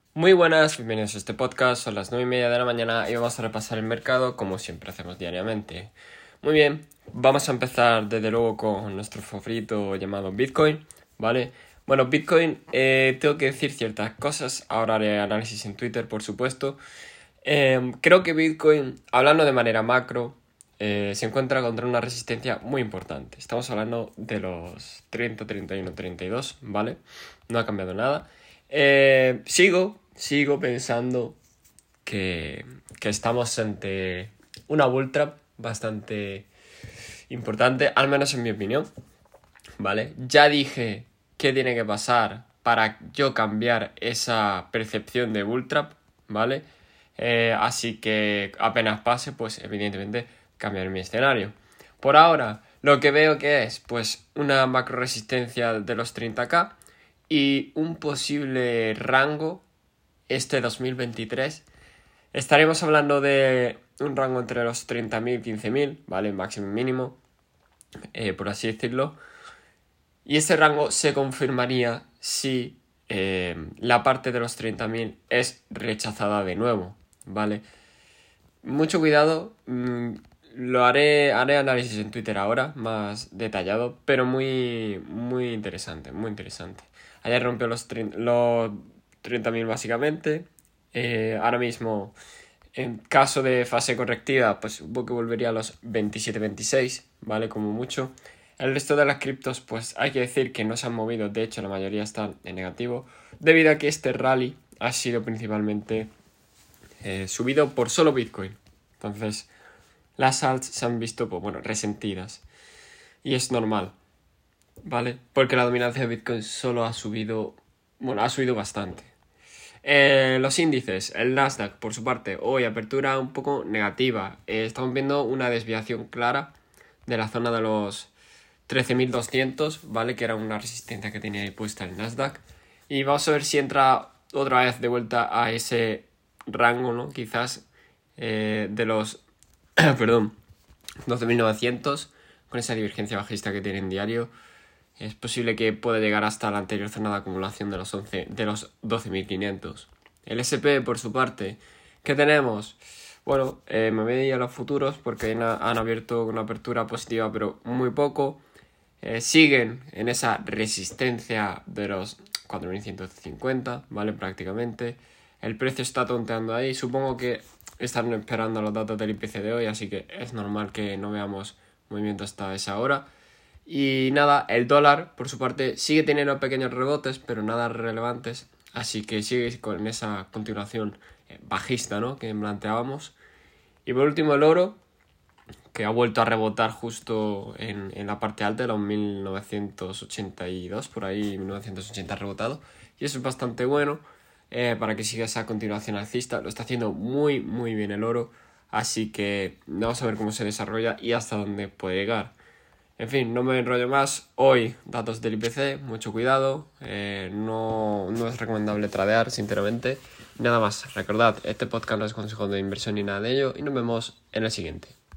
Muy buenas, bienvenidos a este podcast, son las 9:30 de la mañana y vamos a repasar el mercado como siempre hacemos diariamente. Muy bien, vamos a empezar desde luego con nuestro favorito llamado Bitcoin, ¿vale? Bueno, Bitcoin, tengo que decir ciertas cosas, ahora haré análisis en Twitter, por supuesto. Creo que Bitcoin, hablando de manera macro, se encuentra contra una resistencia muy importante. Estamos hablando de los 30, 31, 32, ¿vale? No ha cambiado nada. Sigo pensando que estamos ante una bull trap bastante importante, al menos en mi opinión, ¿vale? Ya dije qué tiene que pasar para yo cambiar esa percepción de bull trap, ¿vale? Así que apenas pase, pues evidentemente cambiar mi escenario. Por ahora, lo que veo que es, pues, una macro resistencia de los 30k y un posible rango este 2023. Estaremos hablando de un rango entre los 30.000 y 15.000, ¿vale? Máximo y mínimo, por así decirlo. Y ese rango se confirmaría si la parte de los 30.000 es rechazada de nuevo, ¿vale? Mucho cuidado, lo haré análisis en Twitter ahora, más detallado, pero muy interesante, muy interesante. Ayer rompió los 30.000 básicamente. Ahora mismo, en caso de fase correctiva, pues supongo que volvería a los 27-26, ¿vale? Como mucho. El resto de las criptos, pues hay que decir que no se han movido, de hecho la mayoría están en negativo, debido a que este rally ha sido principalmente subido por solo Bitcoin. Entonces, las alts se han visto, pues bueno, resentidas. Y es normal, ¿vale? Porque la dominancia de Bitcoin solo ha subido bastante. Los índices, el Nasdaq, por su parte, hoy apertura un poco negativa. Estamos viendo una desviación clara de la zona de los 13.200, ¿vale? Que era una resistencia que tenía ahí puesta el Nasdaq. Y vamos a ver si entra otra vez de vuelta a ese rango, ¿no? Quizás de los 12.900, con esa divergencia bajista que tiene en diario. Es posible que pueda llegar hasta la anterior zona de acumulación de los 12.500. El SP, por su parte, ¿qué tenemos? Bueno, me voy a ir a los futuros porque han abierto una apertura positiva, pero muy poco. Siguen en esa resistencia de los 4.150, ¿vale? Prácticamente. El precio está tonteando ahí. Supongo que están esperando los datos del IPC de hoy, así que es normal que no veamos movimiento hasta esa hora. Y nada, el dólar, por su parte, sigue teniendo pequeños rebotes, pero nada relevantes. Así que sigue con esa continuación bajista, ¿no? Que planteábamos. Y por último el oro, que ha vuelto a rebotar justo en la parte alta de los 1982, por ahí 1980 ha rebotado. Y eso es bastante bueno para que siga esa continuación alcista. Lo está haciendo muy bien el oro. Así que vamos a ver cómo se desarrolla y hasta dónde puede llegar. En fin, no me enrollo más. Hoy, datos del IPC, mucho cuidado. No es recomendable tradear, sinceramente. Nada más, recordad, este podcast no es consejo de inversión ni nada de ello. Y nos vemos en el siguiente.